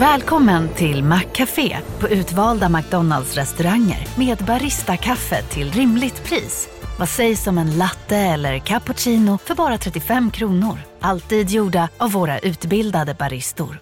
Välkommen till Maccafé på utvalda McDonalds-restauranger med Barista-kaffe till rimligt pris. Vad sägs om en latte eller cappuccino för bara 35 kronor? Alltid gjorda av våra utbildade baristor.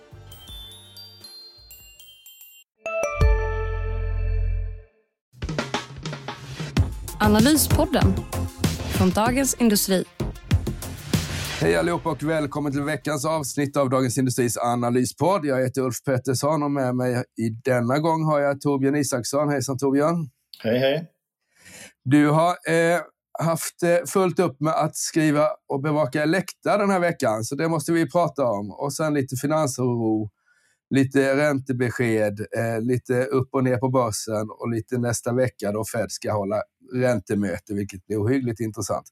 Analyspodden från Dagens Industri. Hej allihop och välkommen till veckans avsnitt av Dagens Industris analyspodd. Jag heter Ulf Pettersson och med mig i denna gång har jag Torbjörn Isaksson. Hejsan Torbjörn. Hej hej. Du har haft fullt upp med att skriva och bevaka Alecta den här veckan, så det måste vi prata om. Och sen lite finansoro, lite räntebesked, lite upp och ner på börsen och lite nästa vecka då Fed ska hålla räntemöte, vilket blir ohyggligt intressant.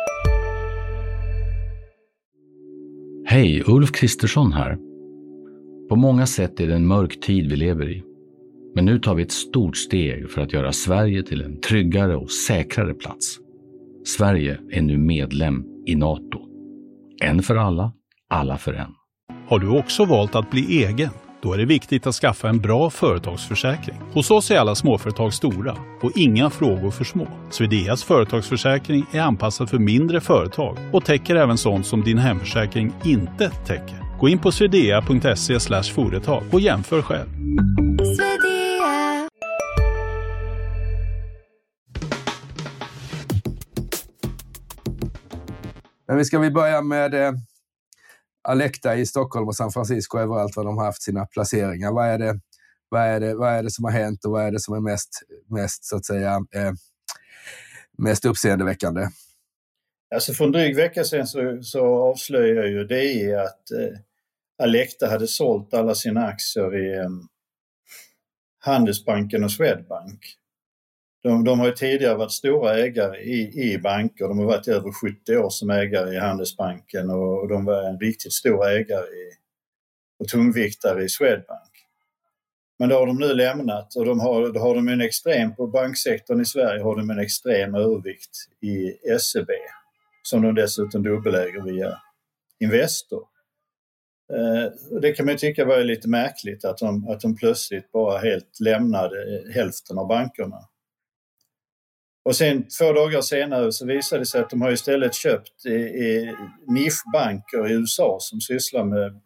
Hej, Ulf Kristersson här. På många sätt är det en mörk tid vi lever i. Men nu tar vi ett stort steg för att göra Sverige till en tryggare och säkrare plats. Sverige är nu medlem i NATO. En för alla, alla för en. Har du också valt att bli egen? Då är det viktigt att skaffa en bra företagsförsäkring. Hos oss är alla småföretag stora och inga frågor för små. Swedeas företagsförsäkring är anpassad för mindre företag och täcker även sånt som din hemförsäkring inte täcker. Gå in på swedea.se/företag och jämför själv. Men vi börja med Alecta i Stockholm och San Francisco, överallt vad de har haft sina placeringar. Vad är det som har hänt och vad är det som är mest så att säga mest uppseendeväckande? Alltså för en dryg vecka sedan så avslöjade ju det att Alecta hade sålt alla sina aktier i Handelsbanken och Swedbank. De har ju tidigare varit stora ägare i banker. De har varit över 70 år som ägare i Handelsbanken och de var en riktigt stor ägare och tungviktare i Swedbank. Men då har de nu lämnat och då har de en extrem, på banksektorn i Sverige har de en extrem övervikt i SEB som de dessutom dubbeläger via Investor. Det kan man ju tycka var lite märkligt att de plötsligt bara helt lämnade hälften av bankerna. Och sen 2 dagar senare så visade det sig att de har istället köpt nischbanker i USA som sysslar med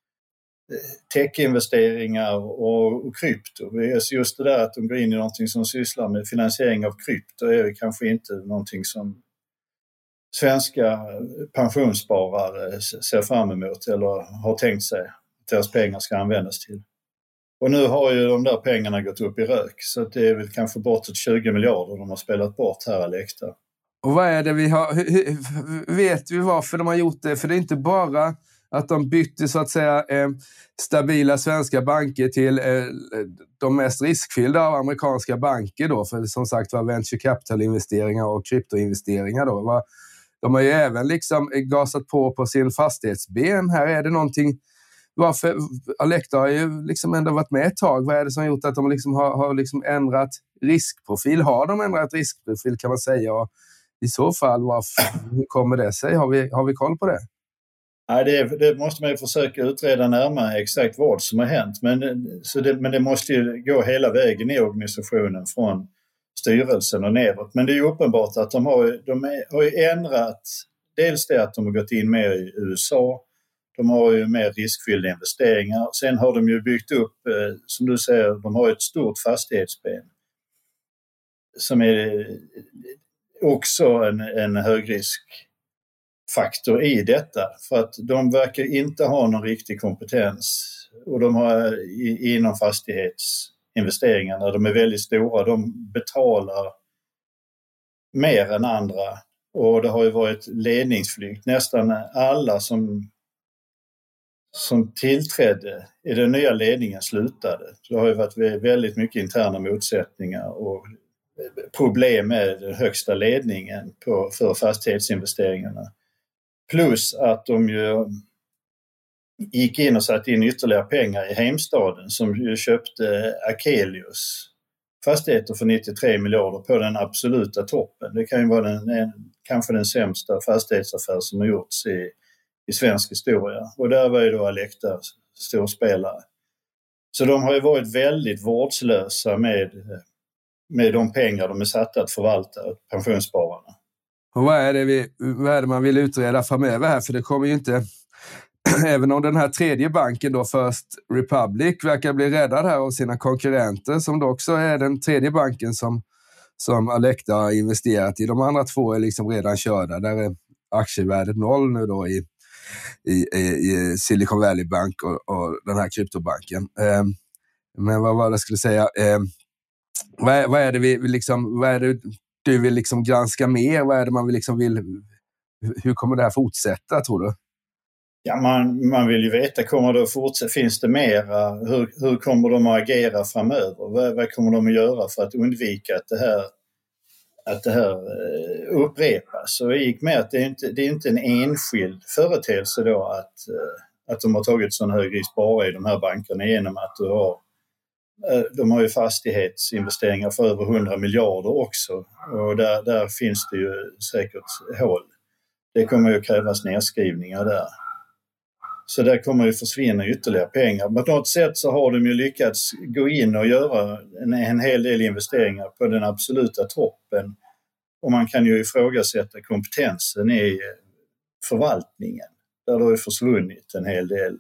techinvesteringar och krypto. Just det där att de går in i någonting som sysslar med finansiering av krypto är kanske inte någonting som svenska pensionssparare ser fram emot eller har tänkt sig att deras pengar ska användas till. Och nu har ju de där pengarna gått upp i rök, så det är väl kanske bortåt 20 miljarder de har spelat bort här i Alecta. Och vad är det vi har, vet vi varför de har gjort det? För det är inte bara att de bytte så att säga stabila svenska banker till de mest riskfyllda av amerikanska banker då, för som sagt var venture capital-investeringar och kryptoinvesteringar då. De har ju även liksom gasat på sin fastighetsben. Här är det någonting. Varför Alecta har ju liksom ändå varit med ett tag. Vad är det som har gjort att de liksom har liksom ändrat riskprofil? Har de ändrat riskprofil kan man säga? Och i så fall, hur kommer det sig? Har vi koll på det? Nej, det måste man ju försöka utreda närmare exakt vad som har hänt. Men det måste ju gå hela vägen i organisationen från styrelsen och neråt. Men det är ju uppenbart att de har ju ändrat dels det att de har gått in mer i USA. De har ju mer riskfyllda investeringar. Sen har de ju byggt upp, som du säger, de har ett stort fastighetsben som är också en högriskfaktor i detta. För att de verkar inte ha någon riktig kompetens. Och de har inom fastighetsinvesteringarna, de är väldigt stora. De betalar mer än andra. Och det har ju varit ledningsflykt. Nästan alla som tillträdde i den nya ledningen slutade. Det har ju varit väldigt mycket interna motsättningar och problem med den högsta ledningen för fastighetsinvesteringarna. Plus att de ju gick in och satte in ytterligare pengar i Heimstaden som ju köpte Akelius fastigheter för 93 miljarder på den absoluta toppen. Det kan ju vara kanske den sämsta fastighetsaffär som har gjorts i svensk historia. Och där var ju då Alecta storspelare. Så de har ju varit väldigt vårdslösa med de pengar de är satta att förvalta, pensionsspararna. Och vad är det man vill utreda framöver här? För det kommer ju inte, även om den här tredje banken då, First Republic, verkar bli räddad här av sina konkurrenter, som då också är den tredje banken som Alecta har investerat i. De andra två är liksom redan körda. Där är aktievärdet 0 nu då i Silicon Valley Bank och den här kryptobanken. Men vad var det jag skulle säga? Vad är det du vill liksom granska mer? Vad är det man vill hur kommer det här fortsätta, tror du? Ja, man vill ju veta, kommer det att fortsätta? Finns det mera? Hur kommer de att agera framöver? Vad kommer de att göra för att undvika att det här upprepas? Så det gick med att det är inte en enskild företeelse då att de har tagit sån hög risk bara i de här bankerna, genom att de har ju fastighetsinvesteringar för över 100 miljarder också, och där finns det ju säkert hål. Det kommer ju krävas nedskrivningar där. Så där kommer ju försvinna ytterligare pengar. Men på något sätt så har de ju lyckats gå in och göra en hel del investeringar på den absoluta toppen. Och man kan ju ifrågasätta kompetensen i förvaltningen, där det har försvunnit en hel del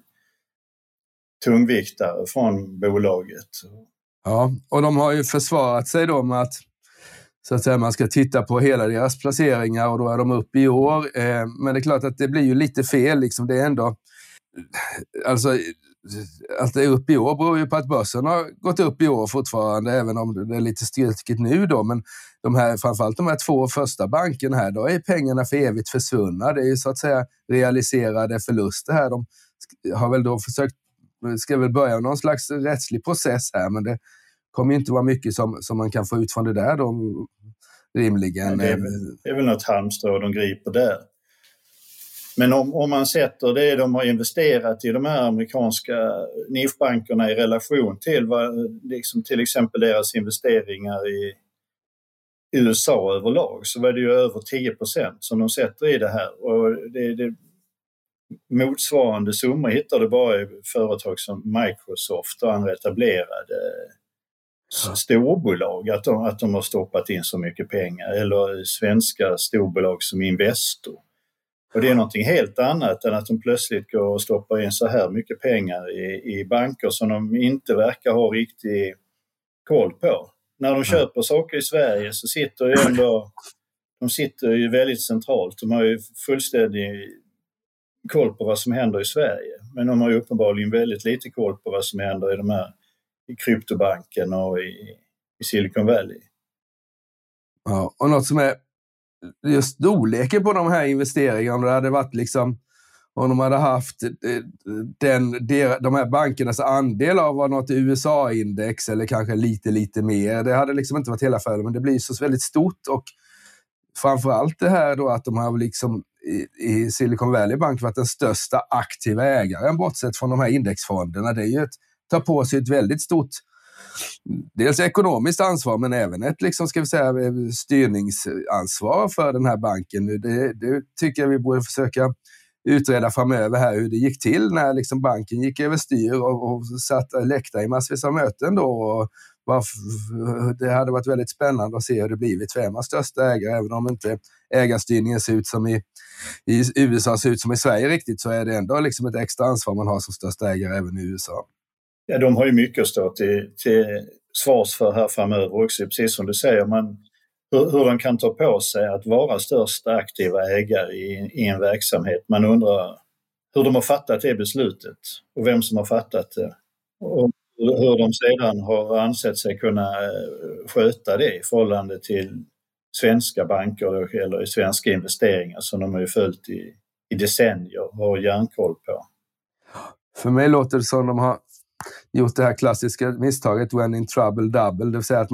tungviktare från bolaget. Ja, och de har ju försvarat sig då med att, så att säga, man ska titta på hela deras placeringar, och då är de uppe i år. Men det är klart att det blir ju lite fel. Liksom. Det är ändå, alltså, att det är uppe i år beror ju på att börsen har gått upp i år fortfarande, även om det är lite styrkigt nu då. Men framförallt de här två första bankerna här, då är pengarna för evigt försvunna. Det är ju så att säga realiserade förluster här. De har väl då ska väl börja någon slags rättslig process här, men det kommer inte vara mycket som man kan få ut från det där då, rimligen. Det är väl något halmstrå de griper där. Men om man sätter det de har investerat i de här amerikanska NIF-bankerna i relation till liksom till exempel deras investeringar i USA överlag, så var det ju över 10% som de sätter i det här. Och det motsvarande summor hittar du bara i företag som Microsoft och andra etablerade storbolag, att de har stoppat in så mycket pengar, eller svenska storbolag som Investor. Och det är någonting helt annat än att de plötsligt går och stoppar in så här mycket pengar i banker som de inte verkar ha riktig koll på. När de köper saker i Sverige så sitter ju ändå, de sitter ju väldigt centralt. De har ju fullständig koll på vad som händer i Sverige. Men de har ju uppenbarligen väldigt lite koll på vad som händer i de här, i kryptobanken och i Silicon Valley. Ja, och något som är just storleken på de här investeringarna, om det hade varit liksom, om de hade haft de här bankernas andel av något USA-index eller kanske lite mer, det hade liksom inte varit hela följden, men det blir så väldigt stort. Och framförallt det här då att de har liksom i Silicon Valley Bank varit den största aktiva ägaren, bortsett från de här indexfonderna. Det är ju tar på sig ett väldigt stort, dels ekonomiskt ansvar, men även ett liksom, ska vi säga, styrningsansvar för den här banken. Det tycker jag vi borde försöka utreda framöver här, hur det gick till när liksom banken gick över styr och satt läckta i massvis av möten då. Och det hade varit väldigt spännande att se hur det blivit för Emmas största ägare, även om inte ägarstyrningen ser ut som i USA ser ut som i Sverige riktigt, så är det ändå liksom ett extra ansvar man har som största ägare även i USA. Ja, de har ju mycket att stå till svars för här framöver också, precis som du säger. Hur de kan ta på sig att vara största aktiva ägare i en verksamhet. Man undrar hur de har fattat det beslutet och vem som har fattat det. Och hur de sedan har ansett sig kunna sköta det i förhållande till svenska banker eller svenska investeringar som de har ju följt i decennier och har järnkoll på. För mig låter det som de har gjort det här klassiska misstaget when in trouble double, det vill säga att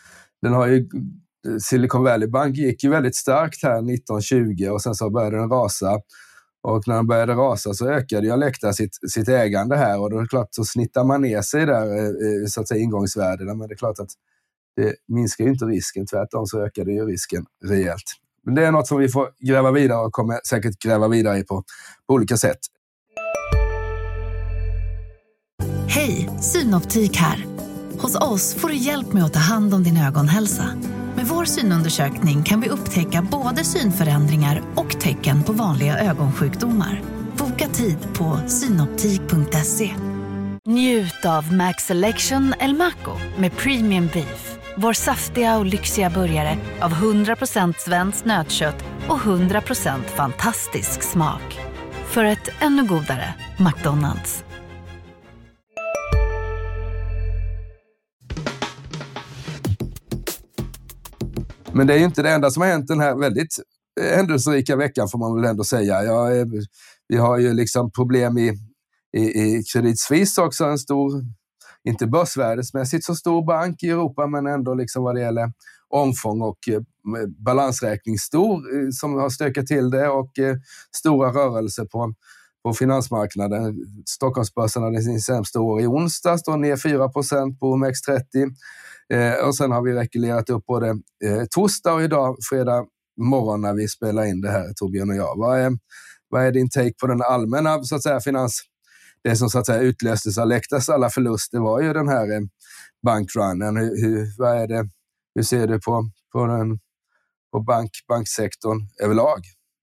Silicon Valley Bank gick ju väldigt starkt här 1920 och sen så började den rasa, och när den började rasa så ökade ju Alecta sitt ägande här, och då är det klart så snittar man ner sig där, så att säga, ingångsvärdena, men det är klart att det minskar ju inte risken, tvärtom så ökade ju risken rejält. Men det är något som vi får gräva vidare och kommer säkert gräva vidare på olika sätt. Hej, Synoptik här. Hos oss får du hjälp med att ta hand om din ögonhälsa. Med vår synundersökning kan vi upptäcka både synförändringar och tecken på vanliga ögonsjukdomar. Boka tid på synoptik.se. Njut av Max Selection El Maco med Premium Beef. Vår saftiga och lyxiga burgare av 100% svenskt nötkött och 100% fantastisk smak. För ett ännu godare McDonald's. Men det är ju inte det enda som har hänt den här väldigt händelserika veckan, får man väl ändå säga. Vi har ju liksom problem i Credit Suisse också, en stor, inte börsvärdesmässigt så stor bank i Europa, men ändå liksom vad det gäller omfång och balansräkning stor, som har stökat till det, och stora rörelser på finansmarknaden. Stockholmsbörsen hade sin sämsta år i onsdags, då ner 4% på OMX30. Och sen har vi rekylerat upp både torsdag och idag, fredag morgon, när vi spelar in det här, Torbjörn och jag. Vad är din take på den allmänna, så att säga, det som så att säga utlöstes av Läktas alla förluster var ju den här bankrunnen. Hur ser du på banksektorn överlag?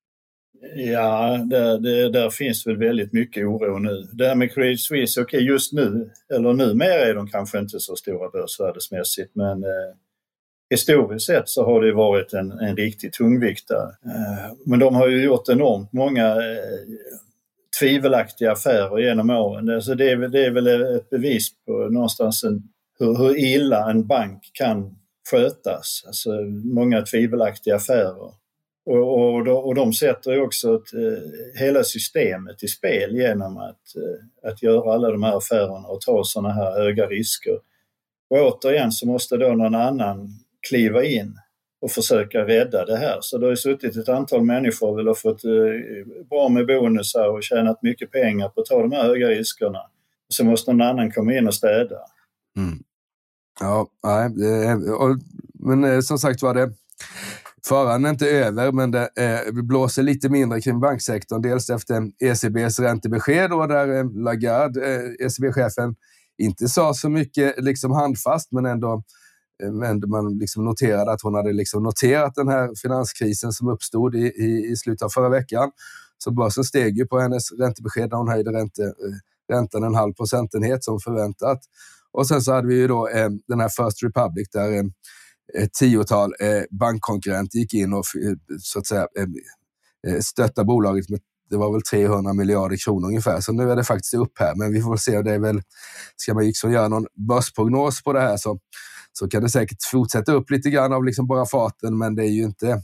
Ja, där finns väl väldigt mycket oro nu. Det här med Credit Suisse, okej, just nu, eller numera är de kanske inte så stora börsvärdesmässigt, men historiskt sett så har det varit en riktig tungviktare. Men de har ju gjort enormt många tvivelaktiga affärer genom åren. Så det är väl ett bevis på någonstans hur illa en bank kan skötas. Alltså många tvivelaktiga affärer. Och de sätter ju också hela systemet i spel genom att göra alla de här affärerna och ta sådana här höga risker. Och återigen så måste då någon annan kliva in och försöka rädda det här. Så det har ju suttit ett antal människor och fått bra med bonusar och tjänat mycket pengar på att ta de här höga riskerna. Så måste någon annan komma in och städa. Mm. Ja, nej. Men som sagt var det... Faran är inte över, men det blåser lite mindre kring banksektorn. Dels efter ECBs räntebesked, och där Lagarde, ECB-chefen, inte sa så mycket liksom handfast, men ändå man liksom noterade att hon hade liksom noterat den här finanskrisen som uppstod i slutet av förra veckan. Så börsen steg ju på hennes räntebesked när hon höjde räntan 0,5 procentenhet som förväntat. Och sen så hade vi ju då den här First Republic där ett 10-tal bankkonkurrenter gick in och så att säga stötta bolaget med, det var väl 300 miljarder kronor ungefär. Så nu är det faktiskt upp här, men vi får se. Det är väl, ska man liksom göra någon börsprognos på det här så kan det säkert fortsätta upp lite grann av liksom bara farten, men det är ju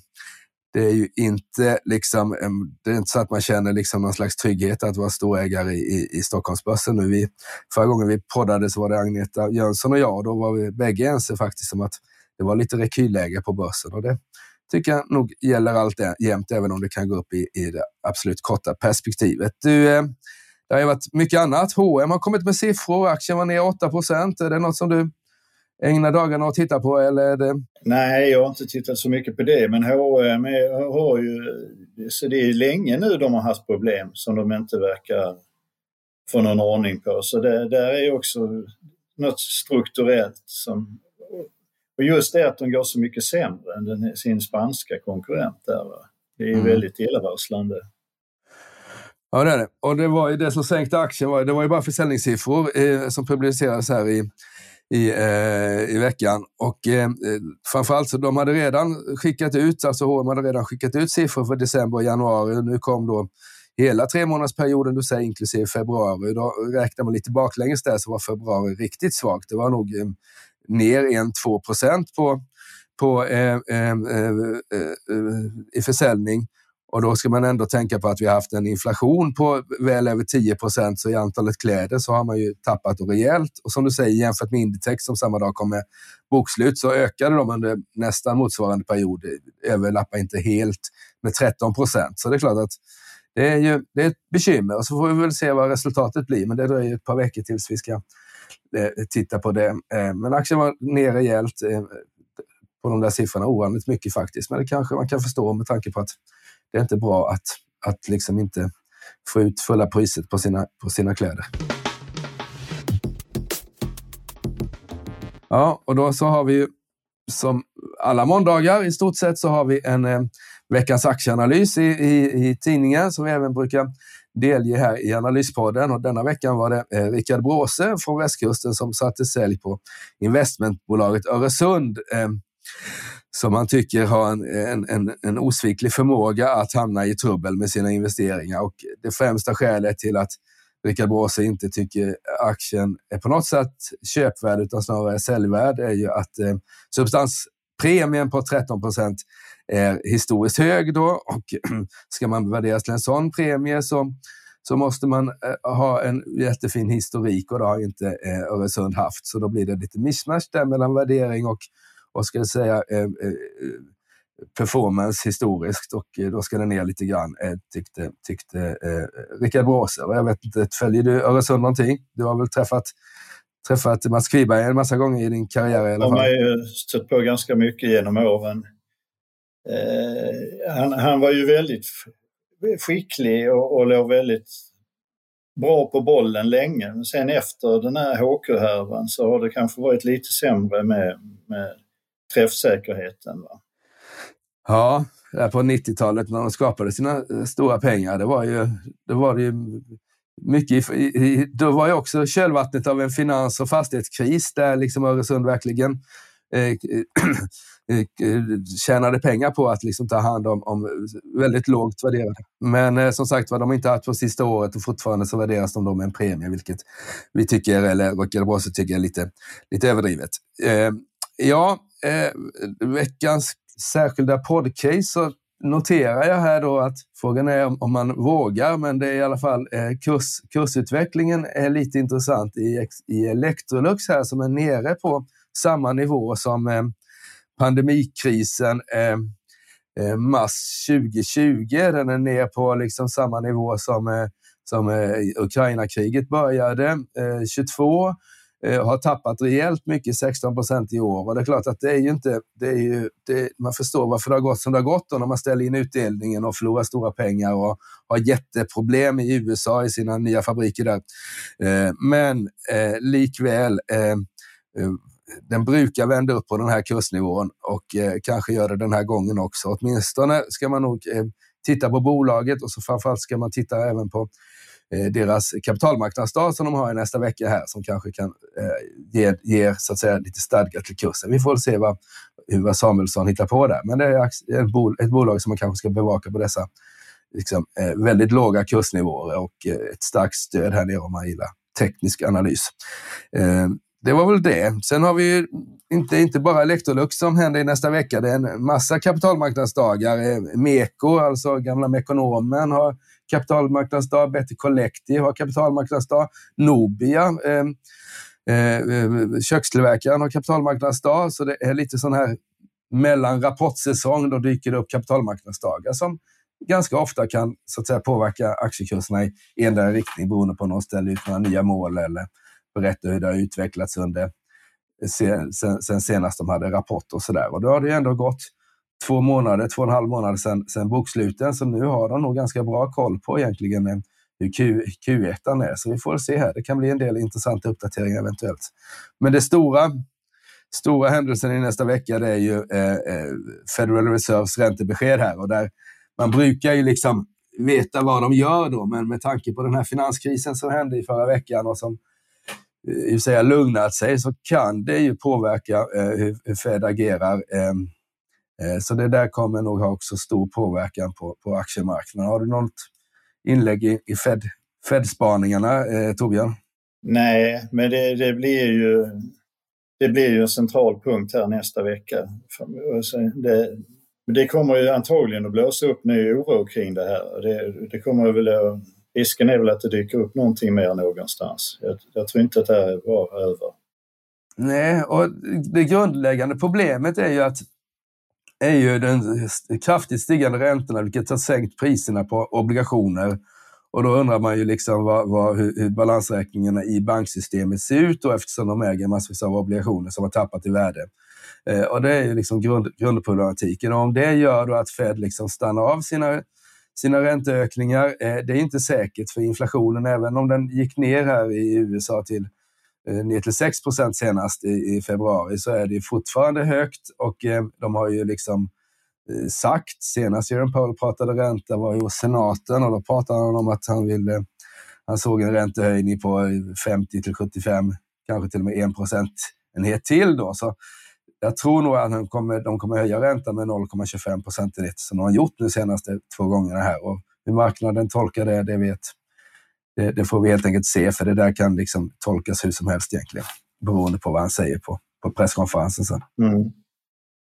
inte liksom, det är inte så att man känner liksom någon slags trygghet att vara storägare i Stockholmsbörsen nu. Förra gången vi poddade så var det Agneta Jönsson och jag, och då var vi bägge ense faktiskt som att det var lite rekylläge på börsen, och det tycker jag nog gäller allt jämt, även om det kan gå upp i det absolut korta perspektivet. Det har ju varit mycket annat. H&M har kommit med siffror, aktien var ner 8%. Är det något som du ägnar dagarna att titta på? Eller är det... Nej, jag har inte tittat så mycket på det, men H&M har ju, så det är länge nu de har haft problem som de inte verkar få någon ordning på. Så där är också något strukturellt som... Och just det att de går så mycket sämre än sin spanska konkurrent där. Det är väldigt illavarslande. Ja, det är det. Och det var ju det som sänkte aktien. Det var ju bara försäljningssiffror som publicerades här i veckan. Och framförallt så de hade redan skickat ut, alltså H&M hade redan skickat ut siffror för december och januari. Nu kom då hela 3-månadersperioden, du säger inklusive februari. Då räknar man lite baklänges där, så var februari riktigt svagt. Det var nog ner 1-2% i försäljning, och då ska man ändå tänka på att vi har haft en inflation på väl över 10%, så i antalet kläder så har man ju tappat rejält, och som du säger, jämfört med Inditex som samma dag kom med bokslut, så ökade de under nästan motsvarande period, överlappar inte helt med 13%, så det är klart att det är ett bekymmer, och så får vi väl se vad resultatet blir, men det dröjer ett par veckor tills vi ska titta på det. Men aktien var ner rejält på de där siffrorna, ovanligt mycket faktiskt, men det kanske man kan förstå med tanke på att det är inte bra att liksom inte få ut fulla priset på sina kläder. Ja, och då så har vi ju som alla måndagar i stort sett så har vi en veckans aktieanalys i tidningen som vi även brukar delge här i Analyspodden. Och denna veckan var det Rickard Bråse från Västkusten som satte sälj på investmentbolaget Öresund som han tycker har en osviklig förmåga att hamna i trubbel med sina investeringar. Och det främsta skälet till att Rickard Bråse inte tycker aktien är på något sätt köpvärd utan snarare säljvärd är ju att substanspremien på 13% är historiskt hög då, och ska man värderas till en sån premie så måste man ha en jättefin historik, och det har inte Öresund haft, så då blir det lite mismatch där mellan värdering och ska jag säga performance historiskt, och då ska den ner lite grann, tyckte Rickard Bråse. Och jag vet inte, följer du Öresund någonting? Du har väl träffat Mats Kviberg en massa gånger i din karriär i alla fall? Jag har ju stött på ganska mycket genom åren. Han var ju väldigt skicklig och låg väldigt bra på bollen länge. Men sen efter den här HK-härvan så har det kanske varit lite sämre med träffsäkerheten, va? Ja, på 90-talet när de skapade sina stora pengar, det var ju mycket då var ju också kölvattnet av en finans- och fastighetskris där liksom Öresund verkligen tjänade pengar på att liksom ta hand om väldigt lågt värderade. Men som sagt var, de inte haft på sista året och fortfarande så värderas de då med en premie, vilket vi tycker, eller Rickard Bråse tycker är lite överdrivet. Veckans särskilda podcase så noterar jag här då att frågan är om man vågar, men det är i alla fall kursutvecklingen är lite intressant i Electrolux här som är nere på samma nivå som pandemikrisen mars 2020. Den är ner på liksom samma nivå som Ukraina-kriget började 22. Har tappat rejält mycket, 16% i år, och det är klart att det är ju inte, man förstår varför det har gått som det har gått då, när man ställer in utdelningen och förlorar stora pengar och har jätteproblem i USA i sina nya fabriker där. Men likväl den brukar vända upp på den här kursnivån och kanske gör det den här gången också. Åtminstone ska man nog titta på bolaget, och så framförallt ska man titta även på deras kapitalmarknadsdag som de har i nästa vecka här, som kanske kan ge så att säga lite stadga till kursen. Vi får se vad Samuelsson hittar på där, men det är ett bolag som man kanske ska bevaka på dessa liksom, väldigt låga kursnivåer och ett starkt stöd här nere om man gillar teknisk analys. Det var väl det. Sen har vi ju inte bara Electrolux som händer i nästa vecka. Det är en massa kapitalmarknadsdagar. Meko, alltså gamla Mekonomen, har kapitalmarknadsdag. Better Collective har kapitalmarknadsdag. Nobia, kökstillverkaren, har kapitalmarknadsdag. Så det är lite sån här mellanrapportsäsong. Då dyker det upp kapitalmarknadsdagar som ganska ofta kan så att säga påverka aktiekurserna i en riktning beroende på om de ställer ut några nya mål eller berätta hur det har utvecklats under sen senast de hade rapport och sådär. Och då har det ändå gått 2,5 månader sen boksluten, så nu har de nog ganska bra koll på egentligen hur Q1 är. Så vi får se här. Det kan bli en del intressanta uppdateringar eventuellt. Men det stora händelsen i nästa vecka, det är ju Federal Reserves räntebesked här, och där man brukar ju liksom veta vad de gör då, men med tanke på den här finanskrisen som hände i förra veckan och som lugnat sig, så kan det ju påverka hur Fed agerar. Så det där kommer nog ha också stor påverkan på aktiemarknaden. Har du något inlägg i Fed-spaningarna, Torbjörn? Nej, men det blir ju en central punkt här nästa vecka. Det kommer ju antagligen att blåsa upp ny oro kring det här. Det kommer väl att, risken är väl att det dyker upp någonting mer någonstans. Jag tror inte att det här var över. Nej, och det grundläggande problemet är ju den kraftigt stigande räntorna, vilket har sänkt priserna på obligationer. Och då undrar man ju liksom hur balansräkningarna i banksystemet ser ut då, eftersom de äger massvis av obligationer som har tappat i värde. Och det är ju liksom grundproblematiken. Och om det gör då att Fed liksom stannar av sina ränteökningar, det är inte säkert för inflationen, även om den gick ner här i USA till ner till 6% senast i februari, så är det fortfarande högt. Och de har ju liksom sagt, senast Jerome Powell pratade ränta var ju hos senaten, och då pratade han om att han såg en räntehöjning på 50-75, kanske till och med 1% till då. Så jag tror nog att de kommer höja räntan med 0,25% som de har gjort nu senaste 2 gångerna här. Och hur marknaden tolkar det får vi helt enkelt se, för det där kan liksom tolkas hur som helst egentligen, beroende på vad han säger på presskonferensen sen. Mm.